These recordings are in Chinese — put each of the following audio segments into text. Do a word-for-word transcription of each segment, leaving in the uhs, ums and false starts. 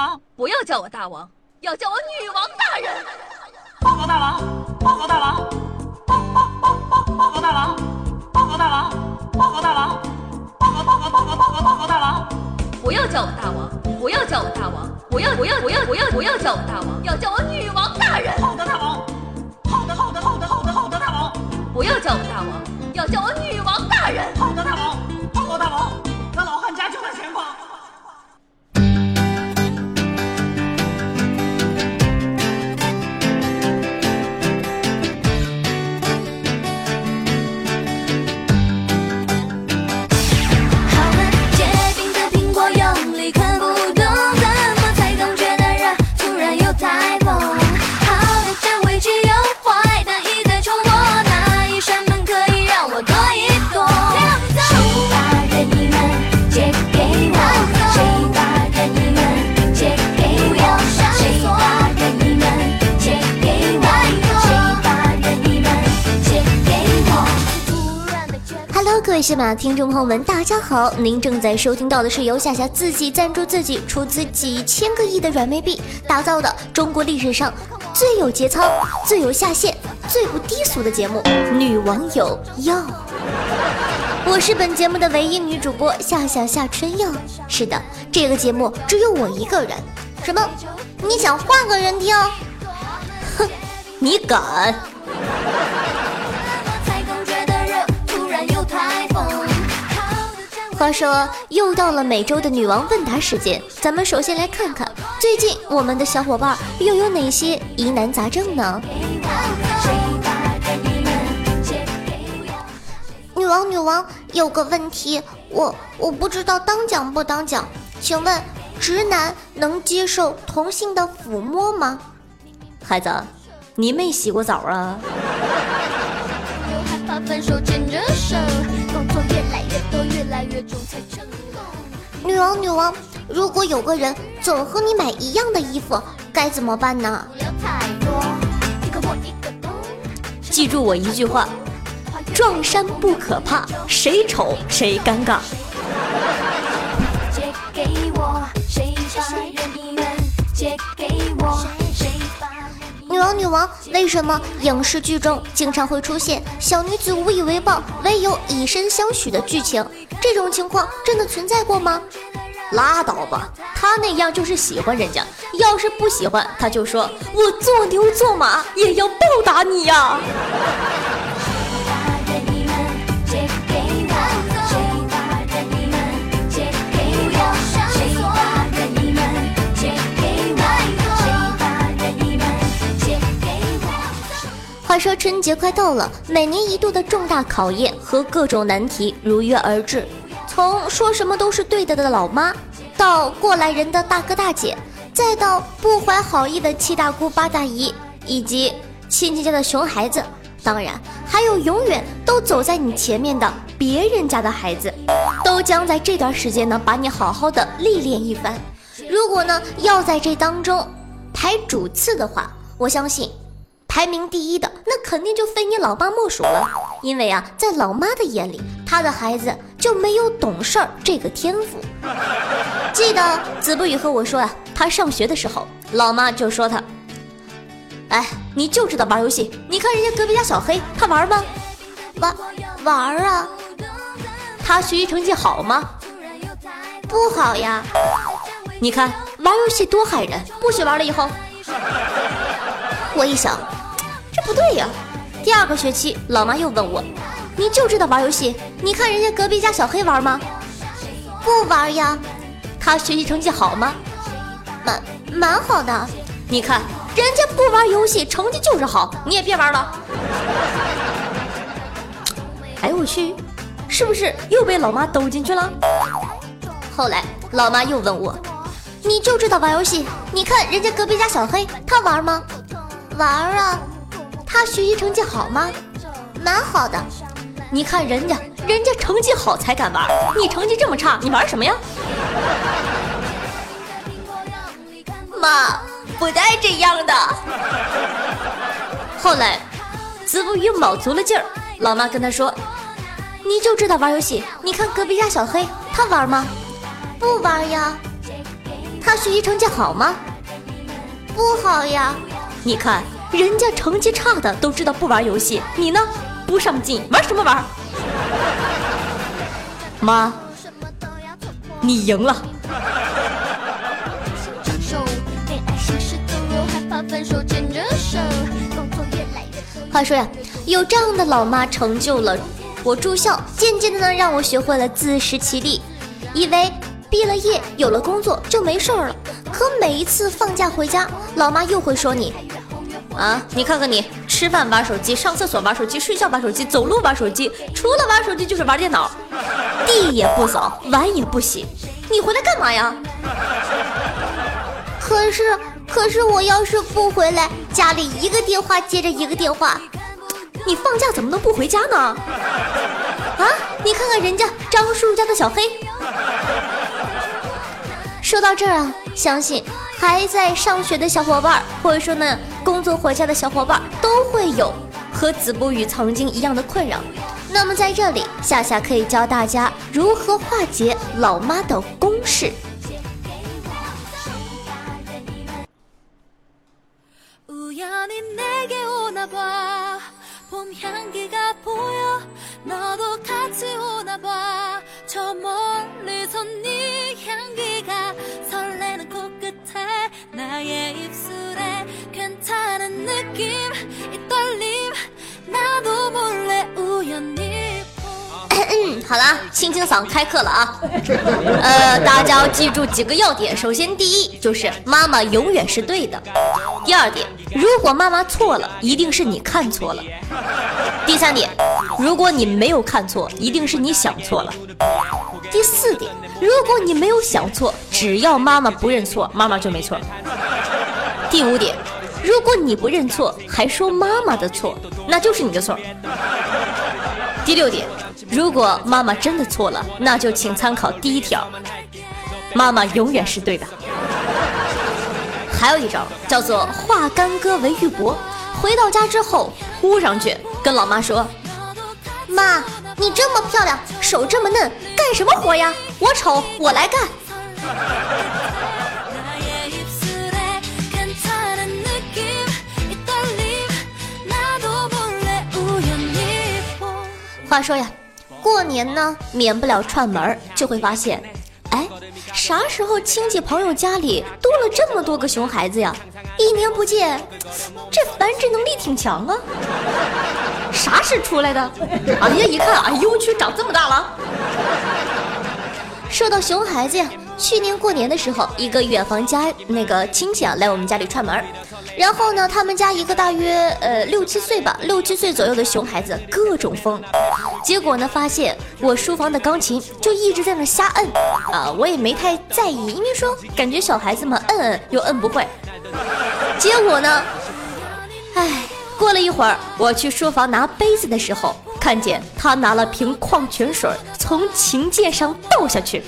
不要叫我大王，要叫我女王大人。 报告大王，报告大王，报报报报报告大王，报告大王，报告大王，报告报告报告报告报告大王。 不要叫我大王，不要叫我大王，不要不要不要不要不要叫我大王，要叫我女王大人。 好的，大王。好的，好的，好的，好的，好的，大王。 不要叫我大王，要叫我女王大人。 好的，大王。报告大王，那老汉家就在前方。 各位喜马听众朋友们大家好，您正在收听到的是由夏夏自己赞助自己出资几千个亿的软妹币打造的中国历史上最有节操最有下限最不低俗的节目女网友要。我是本节目的唯一女主播夏夏夏春耀。是的，这个节目只有我一个人。什么？你想换个人听？哼，你敢？话说又到了每周的女王问答时间，咱们首先来看看最近我们的小伙伴又有哪些疑难杂症呢？女王女王有个问题，我我不知道当讲不当讲，请问直男能接受同性的抚摸吗？ 孩子，你没洗过澡啊？ 女王女王，如果有个人总和你买一样的衣服，该怎么办呢？ 记住我一句话，撞衫不可怕，谁丑谁尴尬。 女王女王，为什么影视剧中经常会出现小女子无以为报唯有以身相许的剧情？这种情况真的存在过吗？ 拉倒吧，他那样就是喜欢人家，要是不喜欢他就说我做牛做马也要报答你呀。 话说春节快到了，每年一度的重大考验和各种难题如约而至，从说什么都是对的的老妈，到过来人的大哥大姐，再到不怀好意的七大姑八大姨，以及亲戚家的熊孩子，当然还有永远都走在你前面的别人家的孩子，都将在这段时间呢把你好好的历练一番。如果呢要在这当中排主次的话，我相信排名第一的那肯定就非你老妈莫属了。因为啊，在老妈的眼里，她的孩子就没有懂事儿这个天赋。记得子不语和我说啊，他上学的时候，老妈就说他，哎，你就知道玩游戏，你看人家隔壁家小黑，他玩吗？玩玩啊。他学习成绩好吗？不好呀。你看玩游戏多害人，不许玩了以后。我一想，这不对呀。第二个学期，老妈又问我，你就知道玩游戏，你看人家隔壁家小黑玩吗？不玩呀。他学习成绩好吗？蛮蛮好的。你看人家不玩游戏，成绩就是好，你也别玩了。哎呦我去，是不是又被老妈兜进去了？后来老妈又问我，你就知道玩游戏，你看人家隔壁家小黑，他玩吗？玩啊。他学习成绩好吗？蛮好的。你看人家人家成绩好才敢玩，你成绩这么差，你玩什么呀？妈，不带这样的。后来子不语卯足了劲儿，老妈跟他说，你就知道玩游戏，你看隔壁家小黑他玩吗？不玩呀。 他学习成绩好吗？不好呀。 你看人家成绩差的都知道不玩游戏，你呢？不上进，玩什么玩？妈，你赢了。 话说呀，有这样的老妈成就了我住校，渐渐的呢让我学会了自食其力，以为毕了业有了工作就没事儿了。可每一次放假回家，老妈又会说你啊，你看看你，吃饭玩手机，上厕所玩手机，睡觉玩手机，走路玩手机，除了玩手机就是玩电脑，地也不扫，碗也不洗，你回来干嘛呀？ 可是可是我要是不回来，家里一个电话接着一个电话。 你放假怎么能不回家呢？ 啊，你看看人家张叔叔家的小黑。说到这儿啊，相信还在上学的小伙伴，或者说呢工作回家的小伙伴，都会有和子不语曾经一样的困扰。那么在这里，夏夏可以教大家如何化解老妈的公式。好啦，清清嗓开课了啊！呃，大家要记住几个要点。首先，第一就是妈妈永远是对的。第二点，如果妈妈错了，一定是你看错了。第三点，如果你没有看错，一定是你想错了。第四点，如果你没有想错，只要妈妈不认错，妈妈就没错。第五点，如果你不认错，还说妈妈的错，那就是你的错。第六点，如果妈妈真的错了，那就请参考第一条，妈妈永远是对的。还有一招叫做化干戈为玉帛，回到家之后扑上去跟老妈说，妈，你这么漂亮，手这么嫩，干什么活呀？我丑，我来干。话说呀，过年呢免不了串门，就会发现，哎，啥时候亲戚朋友家里多了这么多个熊孩子呀？一年不见，这繁殖能力挺强啊。啥时出来的？哎呀，一看，哎呦去，长这么大了。说到熊孩子呀，去年过年的时候，一个远房家那个亲戚啊来我们家里串门，然后呢，他们家一个大约呃六七岁吧，六七岁左右的熊孩子各种疯，结果呢，发现我书房的钢琴就一直在那瞎摁啊，我也没太在意，因为说感觉小孩子嘛，摁摁又摁不会。结果呢，哎，过了一会儿，我去书房拿杯子的时候，看见他拿了瓶矿泉水从琴键上倒下去。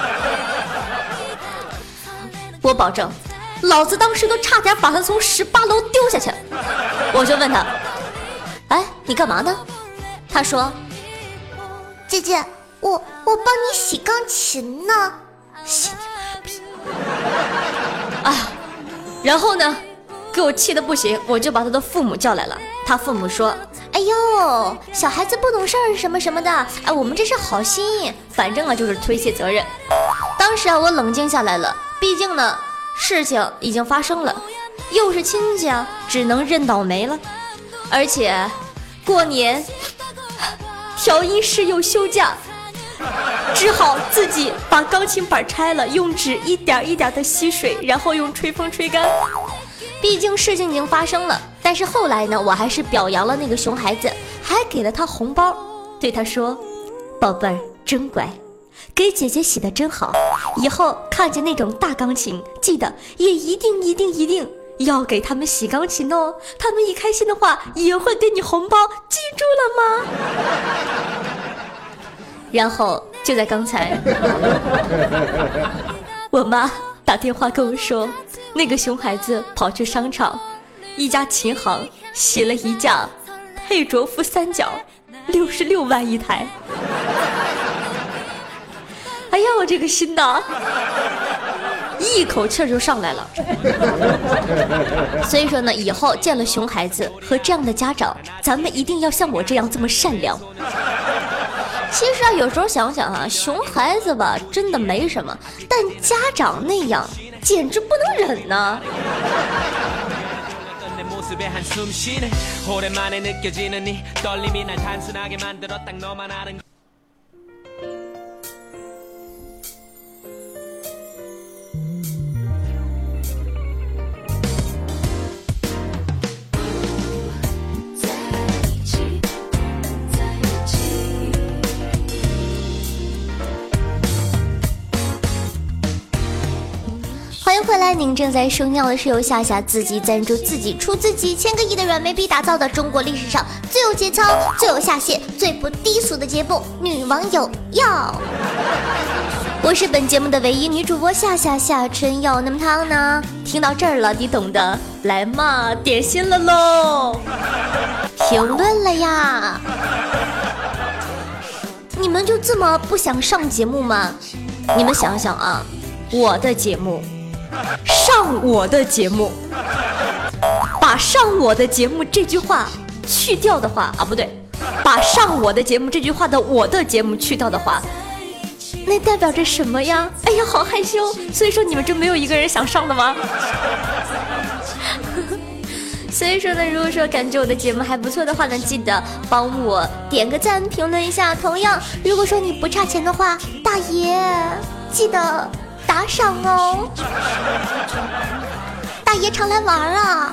我保证，老子当时都差点把他从十八楼丢下去。我就问他，哎，你干嘛呢？他说，姐姐，我我帮你洗钢琴呢。洗你妈逼！啊，然后呢，给我气得不行，我就把他的父母叫来了。他父母说，哎呦，小孩子不懂事儿什么什么的，哎，我们这是好心，反正啊就是推卸责任。当时啊，我冷静下来了，毕竟呢，事情已经发生了，又是亲戚啊，只能认倒霉了。而且过年调音师又休假，只好自己把钢琴板拆了，用纸一点一点的吸水，然后用吹风吹干。毕竟事情已经发生了，但是后来呢，我还是表扬了那个熊孩子，还给了他红包，对他说，宝贝儿真乖，给姐姐洗的真好，以后看见那种大钢琴，记得也一定一定一定要给他们洗钢琴哦，他们一开心的话也会给你红包，记住了吗？然后就在刚才，我妈打电话跟我说，那个熊孩子跑去商场一家琴行洗了一架佩卓夫三角，六十六万一台。哎呀，我这个心呐！ 一口气儿就上来了。所以说呢，以后见了熊孩子和这样的家长，咱们一定要像我这样这么善良。其实啊，有时候想想啊，熊孩子吧真的没什么，但家长那样简直不能忍呢。 欢迎回来，您正在收听的是由夏夏自己赞助自己出自己千个亿的软妹币打造的中国历史上最有节操、最有下限、最不低俗的节目《女网友要》。我是本节目的唯一女主播夏夏夏春瑶。那么汤呢？听到这儿了，你懂得，来嘛，点心了喽，评论了呀。你们就这么不想上节目吗？你们想想啊，我的节目。上我的节目，把上我的节目这句话去掉的话啊，不对，把上我的节目这句话的我的节目去掉的话，那代表着什么呀？哎呀，好害羞。所以说你们就没有一个人想上的吗？所以说呢，如果说感觉我的节目还不错的话呢，记得帮我点个赞，评论一下。同样，如果说你不差钱的话，大爷记得打赏哦，大爷常来玩啊。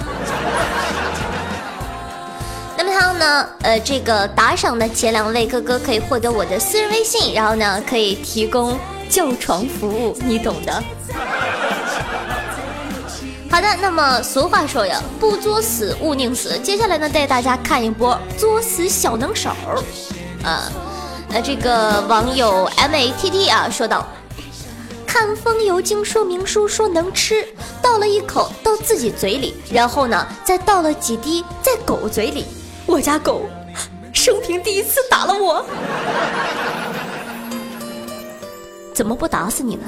那么他呢，呃，这个打赏的前两位哥哥可以获得我的私人微信，然后呢，可以提供叫床服务，你懂的。好的，那么俗话说呀，不作死勿宁死。接下来呢，带大家看一波作死小能手。啊，呃，这个网友 M A T T 啊说道。看风油精说明书说能吃，倒了一口到自己嘴里，然后呢再倒了几滴在狗嘴里。我家狗生平第一次打了我，怎么不打死你呢？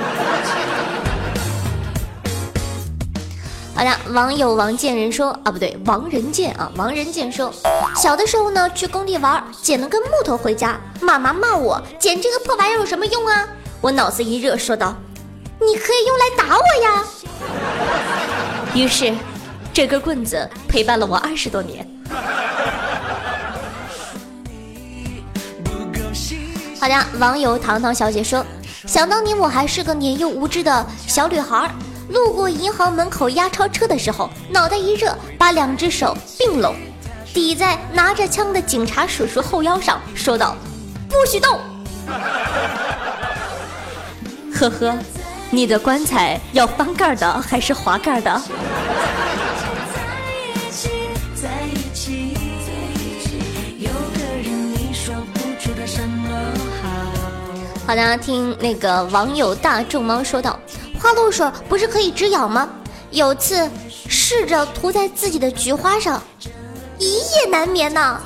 好了，网友王建人说啊，不对，王仁健啊，王仁健说，小的时候呢去工地玩，捡了根木头回家，妈妈骂我捡这个破玩意儿有什么用啊？我脑子一热说道，你可以用来打我呀。于是这根棍子陪伴了我二十多年。好的，网友糖糖小姐说，想当年我还是个年幼无知的小女孩，路过银行门口押钞车的时候，脑袋一热，把两只手并拢抵在拿着枪的警察叔叔后腰上，说道，不许动。呵呵，你的棺材要翻盖的还是滑盖的？好的，听那个网友大众猫说道，花露水不是可以止痒吗？有次试着涂在自己的菊花上，一夜难眠呢。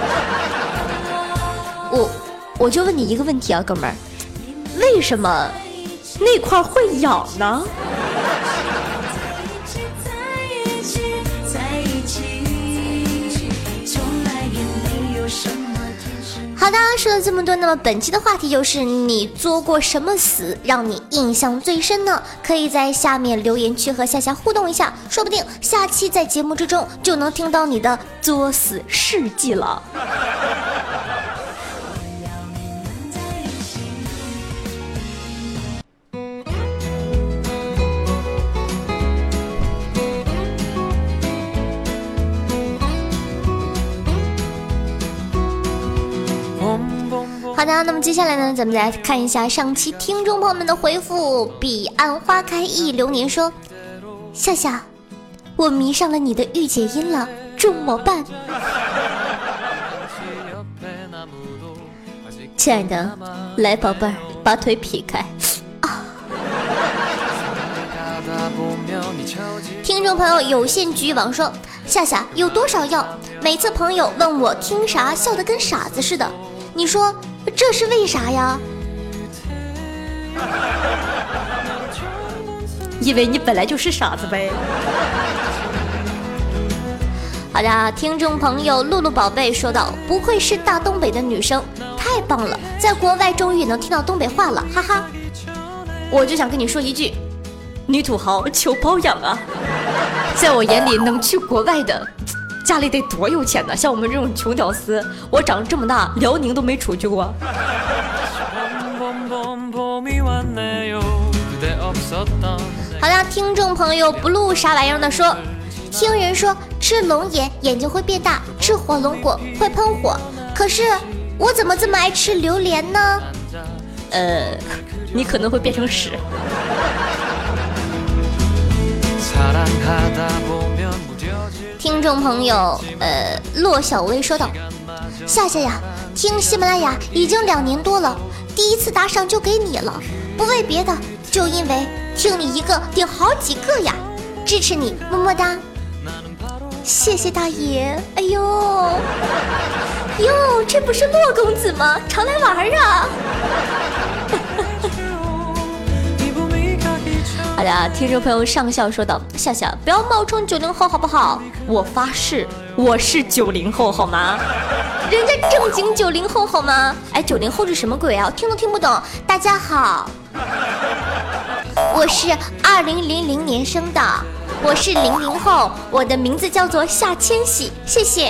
我我就问你一个问题啊，哥们儿，为什么那块会痒呢？好的，说了这么多，那么本期的话题就是你作过什么死让你印象最深呢？可以在下面留言区和夏夏互动一下，说不定下期在节目之中就能听到你的作死事迹了。好的，那么接下来呢，咱们再来看一下上期听众朋友们的回复。彼岸花开一流年说，夏夏，我迷上了你的御姐音了，怎么办？亲爱的，来宝贝儿，把腿劈开啊！听众朋友有线局网说，夏夏有多少药？每次朋友问我听啥，笑得跟傻子似的，你说这是为啥呀？ 因为你本来就是傻子呗。好的，听众朋友露露宝贝说道：“不愧是大东北的女生，太棒了，在国外终于能听到东北话了，哈哈。”我就想跟你说一句，女土豪求包养啊！在我眼里，能去国外的，家里得多有钱呢。像我们这种穷屌丝，我长这么大，辽宁都没出去过。好了，听众朋友 blue 啥玩意儿的说，听人说吃龙眼眼睛会变大，吃火龙果会喷火，可是我怎么这么爱吃榴莲呢？呃，你可能会变成屎。听众朋友，呃，骆小薇说道：“夏夏呀，听喜马拉雅已经两年多了，第一次打赏就给你了，不为别的，就因为听你一个顶好几个呀，支持你，么么哒。”谢谢大爷。哎呦，哟，这不是骆公子吗？常来玩啊！好的，听众朋友上校说道：“夏夏，不要冒充九零后好不好？我发誓，我是九零后好吗？人家正经九零后好吗？哎，九零后是什么鬼啊？听都听不懂。大家好，我是二零零零年生的，我是零零后，我的名字叫做夏千玺，谢谢。”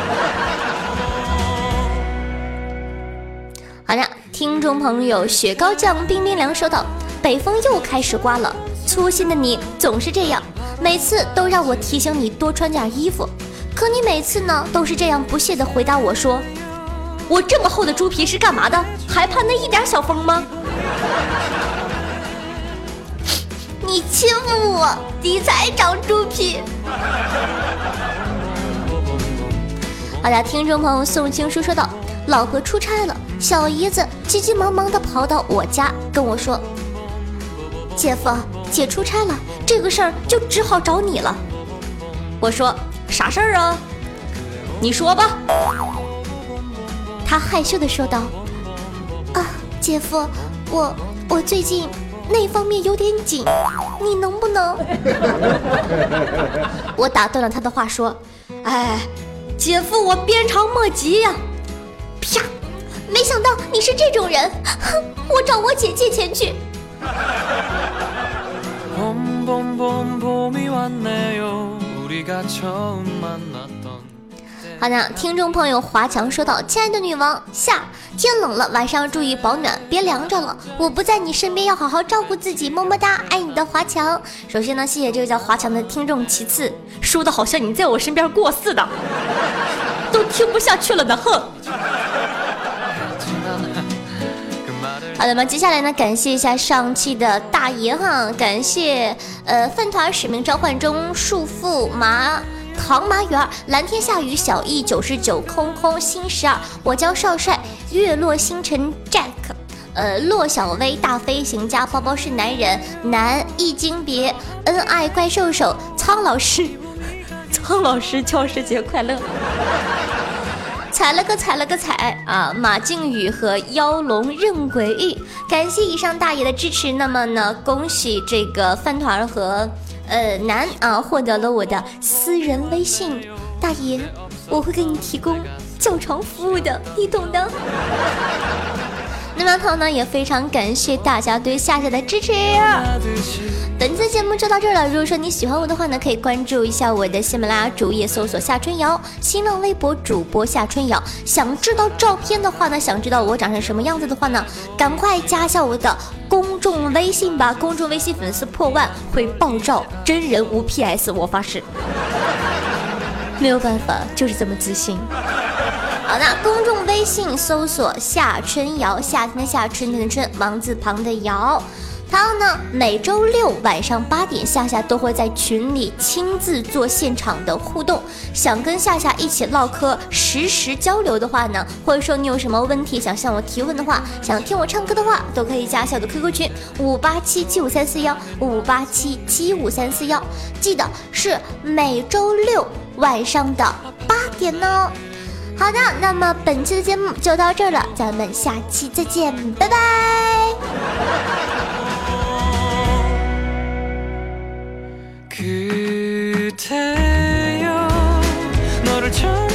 好的，听众朋友雪糕酱冰冰凉说道：“北风又开始刮了。粗心的你总是这样，每次都让我提醒你多穿点衣服，可你每次呢都是这样不屑地回答我说，我这么厚的猪皮是干嘛的？还怕那一点小风吗？你欺负我，你才长猪皮。”好的，听众朋友宋青书说道：“老婆出差了，小姨子急急忙忙地跑到我家跟我说，姐夫，姐出差了，这个事儿就只好找你了。”我说：“啥事儿啊？你说吧。”他害羞地说道：“啊，姐夫，我我最近那方面有点紧，你能不能？”我打断了他的话说：“哎，姐夫，我鞭长莫及呀！”啪！没想到你是这种人，哼！我找我姐借钱去。好的，听众朋友华强说道：“亲爱的女王夏，天冷了，晚上注意保暖，别凉着了。我不在你身边，要好好照顾自己，么么哒，爱你的华强。”首先呢，谢谢这个叫华强的听众，其次说的好像你在我身边过似的，都听不下去了呢，哼。好的嘛，接下来呢，感谢一下上期的大爷哈，感谢呃饭团使命召唤中束缚麻糖麻园蓝天下雨小易九十九空空新十二我叫少帅月落星辰 Jack 呃骆小薇大飞行家包包是男人男易经别恩爱怪兽手苍老师苍老师教师节快乐。踩了个踩了个踩啊！马靖宇和妖龙任鬼域，感谢以上大爷的支持。那么呢，恭喜这个饭团和呃男啊获得了我的私人微信，大爷，我会给你提供较长服务的，你懂的。那么朋友呢，也非常感谢大家对夏夏的支持。本次节目就到这儿了。如果说你喜欢我的话呢，可以关注一下我的喜马拉雅主页，搜索夏春瑶，新浪微博主播夏春瑶。想知道照片的话呢，想知道我长成什么样子的话呢，赶快加一下我的公众微信吧。公众微信粉丝破万会爆照，真人无 P S， 我发誓。没有办法，就是这么自信。好的，公众微信搜索夏春瑶，夏天的夏，春天的春，王字旁的瑶。还有呢，每周六晚上八点，夏夏都会在群里亲自做现场的互动。想跟夏夏一起唠嗑、实时交流的话呢，或者说你有什么问题想向我提问的话，想听我唱歌的话，都可以加下我的 Q Q 群五八七七五三四幺五八七七五三四幺，记得是每周六晚上的八点呢。好的，那么本期的节目就到这儿了，咱们下期再见，拜拜。 그대여 너를 찾